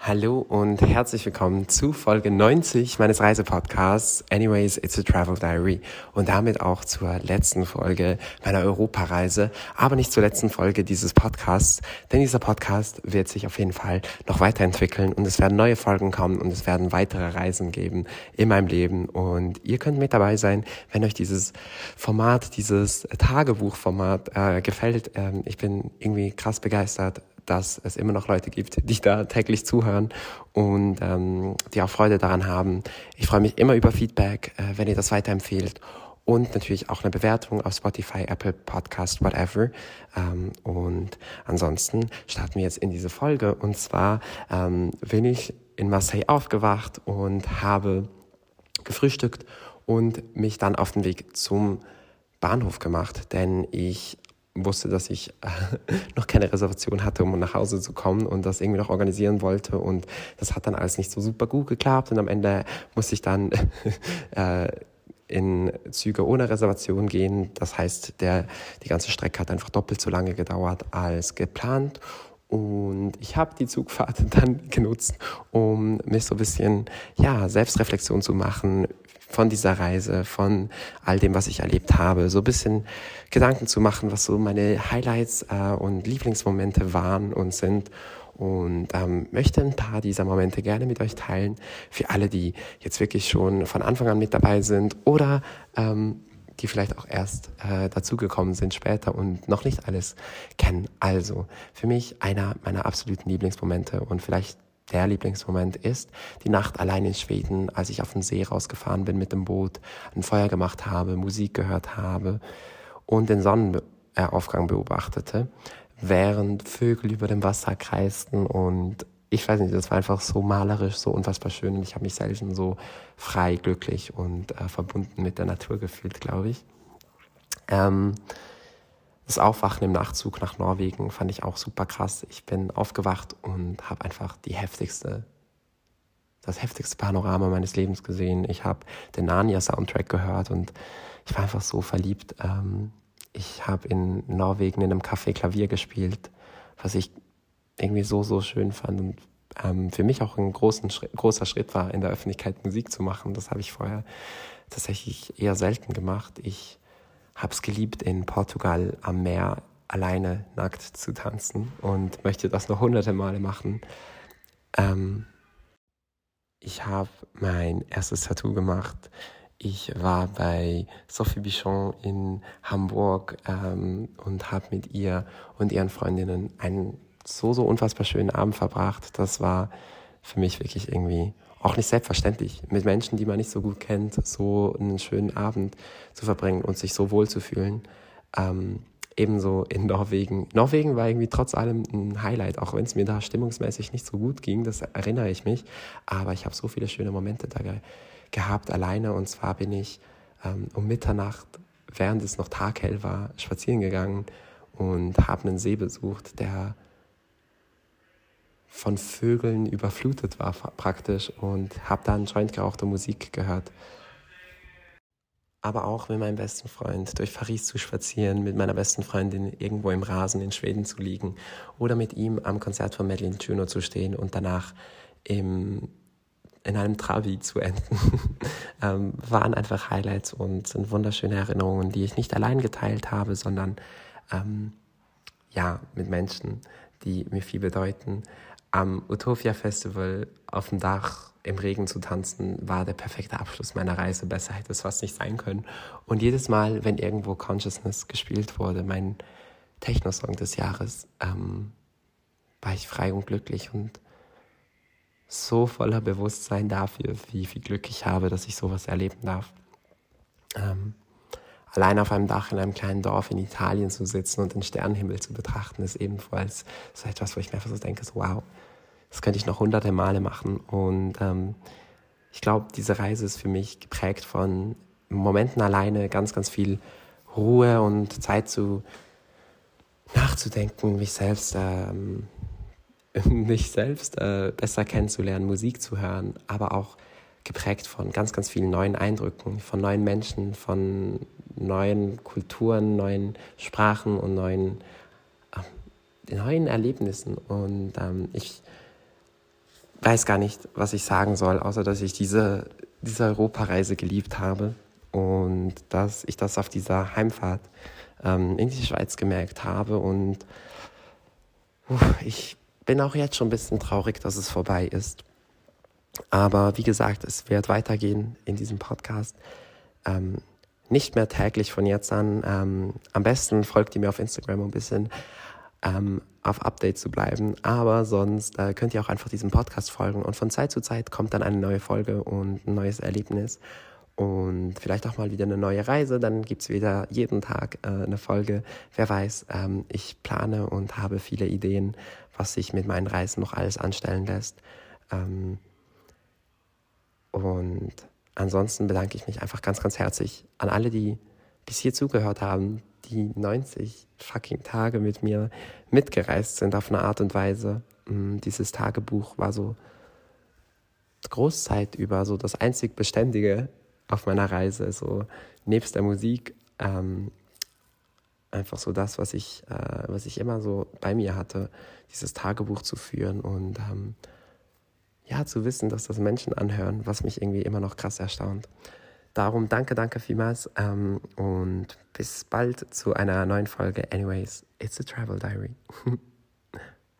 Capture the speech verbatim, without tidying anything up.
Hallo und herzlich willkommen zu Folge neunzig meines Reisepodcasts Anyways, It's a Travel Diary und damit auch zur letzten Folge meiner Europareise, aber nicht zur letzten Folge dieses Podcasts, denn dieser Podcast wird sich auf jeden Fall noch weiterentwickeln und es werden neue Folgen kommen und es werden weitere Reisen geben in meinem Leben und ihr könnt mit dabei sein, wenn euch dieses Format, dieses Tagebuchformat äh, gefällt. Ähm, ich bin irgendwie krass begeistert, dass es immer noch Leute gibt, die da täglich zuhören und ähm, die auch Freude daran haben. Ich freue mich immer über Feedback, äh, wenn ihr das weiterempfehlt und natürlich auch eine Bewertung auf Spotify, Apple Podcast, whatever. Ähm, und ansonsten starten wir jetzt in diese Folge und zwar ähm, bin ich in Marseille aufgewacht und habe gefrühstückt und mich dann auf den Weg zum Bahnhof gemacht, denn ich wusste, dass ich äh, noch keine Reservation hatte, um nach Hause zu kommen und das irgendwie noch organisieren wollte und das hat dann alles nicht so super gut geklappt und am Ende musste ich dann äh, in Züge ohne Reservation gehen. Das heißt, der, die ganze Strecke hat einfach doppelt so lange gedauert als geplant. Und ich habe die Zugfahrt dann genutzt, um mich so ein bisschen ja, Selbstreflexion zu machen von dieser Reise, von all dem, was ich erlebt habe. So ein bisschen Gedanken zu machen, was so meine Highlights äh, und Lieblingsmomente waren und sind. Und ähm, möchte ein paar dieser Momente gerne mit euch teilen. Für alle, die jetzt wirklich schon von Anfang an mit dabei sind oder ähm, die vielleicht auch erst äh, dazugekommen sind später und noch nicht alles kennen. Also für mich einer meiner absoluten Lieblingsmomente und vielleicht der Lieblingsmoment ist die Nacht allein in Schweden, als ich auf den See rausgefahren bin mit dem Boot, ein Feuer gemacht habe, Musik gehört habe und den Sonnenaufgang beobachtete, während Vögel über dem Wasser kreisten und ich weiß nicht, das war einfach so malerisch, so unfassbar schön und ich habe mich selten so frei, glücklich und äh, verbunden mit der Natur gefühlt, glaube ich. Ähm, das Aufwachen im Nachtzug nach Norwegen fand ich auch super krass. Ich bin aufgewacht und habe einfach die heftigste, das heftigste Panorama meines Lebens gesehen. Ich habe den Narnia-Soundtrack gehört und ich war einfach so verliebt. Ähm, ich habe in Norwegen in einem Café Klavier gespielt, was ich irgendwie so, so schön fand und ähm, für mich auch ein großen, großer Schritt war, in der Öffentlichkeit Musik zu machen. Das habe ich vorher tatsächlich eher selten gemacht. Ich habe es geliebt, in Portugal am Meer alleine nackt zu tanzen und möchte das noch hunderte Male machen. Ähm, ich habe mein erstes Tattoo gemacht. Ich war bei Sophie Bichon in Hamburg ähm, und habe mit ihr und ihren Freundinnen einen so, so unfassbar schönen Abend verbracht. Das war für mich wirklich irgendwie auch nicht selbstverständlich, mit Menschen, die man nicht so gut kennt, so einen schönen Abend zu verbringen und sich so wohl zu fühlen. Ähm, ebenso in Norwegen. Norwegen war irgendwie trotz allem ein Highlight, auch wenn es mir da stimmungsmäßig nicht so gut ging, das erinnere ich mich. Aber ich habe so viele schöne Momente da ge- gehabt alleine und zwar bin ich ähm, um Mitternacht, während es noch taghell war, spazieren gegangen und habe einen See besucht, der von Vögeln überflutet war praktisch und habe dann Joint geraucht und Musik gehört. Aber auch mit meinem besten Freund durch Paris zu spazieren, mit meiner besten Freundin irgendwo im Rasen in Schweden zu liegen oder mit ihm am Konzert von Madeline Juno zu stehen und danach im, in einem Trabi zu enden, ähm, waren einfach Highlights und sind wunderschöne Erinnerungen, die ich nicht allein geteilt habe, sondern ähm, ja, mit Menschen, die mir viel bedeuten. Am Utopia Festival auf dem Dach im Regen zu tanzen, war der perfekte Abschluss meiner Reise. Besser hätte es fast nicht sein können. Und jedes Mal, wenn irgendwo Consciousness gespielt wurde, mein Techno-Song des Jahres, ähm, war ich frei und glücklich und so voller Bewusstsein dafür, wie viel Glück ich habe, dass ich sowas erleben darf. Ähm, Allein auf einem Dach in einem kleinen Dorf in Italien zu sitzen und den Sternenhimmel zu betrachten, ist ebenfalls so etwas, wo ich mir einfach so denke, so wow, das könnte ich noch hunderte Male machen. Und ähm, ich glaube, diese Reise ist für mich geprägt von Momenten alleine, ganz, ganz viel Ruhe und Zeit zu nachzudenken, mich selbst, ähm, mich selbst äh, besser kennenzulernen, Musik zu hören, aber auch geprägt von ganz, ganz vielen neuen Eindrücken, von neuen Menschen, von neuen Kulturen, neuen Sprachen und neuen, äh, neuen Erlebnissen. Und ähm, ich weiß gar nicht, was ich sagen soll, außer dass ich diese, diese Europareise geliebt habe und dass ich das auf dieser Heimfahrt ähm, in die Schweiz gemerkt habe. Und uff, ich bin auch jetzt schon ein bisschen traurig, dass es vorbei ist. Aber wie gesagt, es wird weitergehen in diesem Podcast. Ähm, nicht mehr täglich von jetzt an. Ähm, am besten folgt ihr mir auf Instagram, um ein bisschen ähm, auf Update zu bleiben. Aber sonst äh, könnt ihr auch einfach diesem Podcast folgen. Und von Zeit zu Zeit kommt dann eine neue Folge und ein neues Erlebnis. Und vielleicht auch mal wieder eine neue Reise. Dann gibt es wieder jeden Tag äh, eine Folge. Wer weiß, ähm, ich plane und habe viele Ideen, was sich mit meinen Reisen noch alles anstellen lässt. Ähm, Und ansonsten bedanke ich mich einfach ganz, ganz herzlich an alle, die bis hier zugehört haben, die neunzig fucking Tage mit mir mitgereist sind auf eine Art und Weise. Dieses Tagebuch war so Großzeit über so das einzig Beständige auf meiner Reise, so nebst der Musik, ähm, einfach so das, was ich, äh, was ich immer so bei mir hatte, dieses Tagebuch zu führen und ähm, ja, zu wissen, dass das Menschen anhören, was mich irgendwie immer noch krass erstaunt. Darum danke, danke vielmals ähm, und bis bald zu einer neuen Folge. Anyways, it's a travel diary.